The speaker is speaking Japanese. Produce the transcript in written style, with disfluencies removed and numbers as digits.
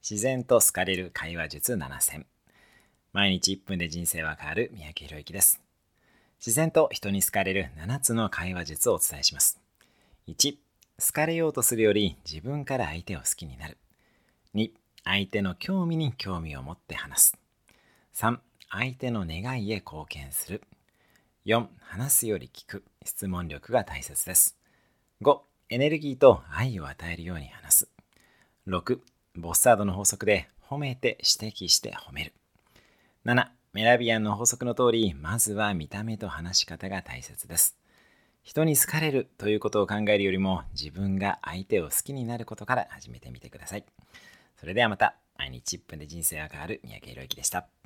自然と好かれる会話術7選。毎日1分で人生は変わる三宅宏之です。自然と人に好かれる7つの会話術をお伝えします。1、好かれようとするより自分から相手を好きになる。2、相手の興味に興味を持って話す。3、相手の願いへ貢献する。4、話すより聞く。質問力が大切です。5、エネルギーと愛を与えるように話す。6、ボスタードの法則で褒めて指摘して褒める。7、メラビアンの法則の通り、まずは見た目と話し方が大切です。人に好かれるということを考えるよりも、自分が相手を好きになることから始めてみてください。それではまた。毎日1分で人生が変わる三宅宏之でした。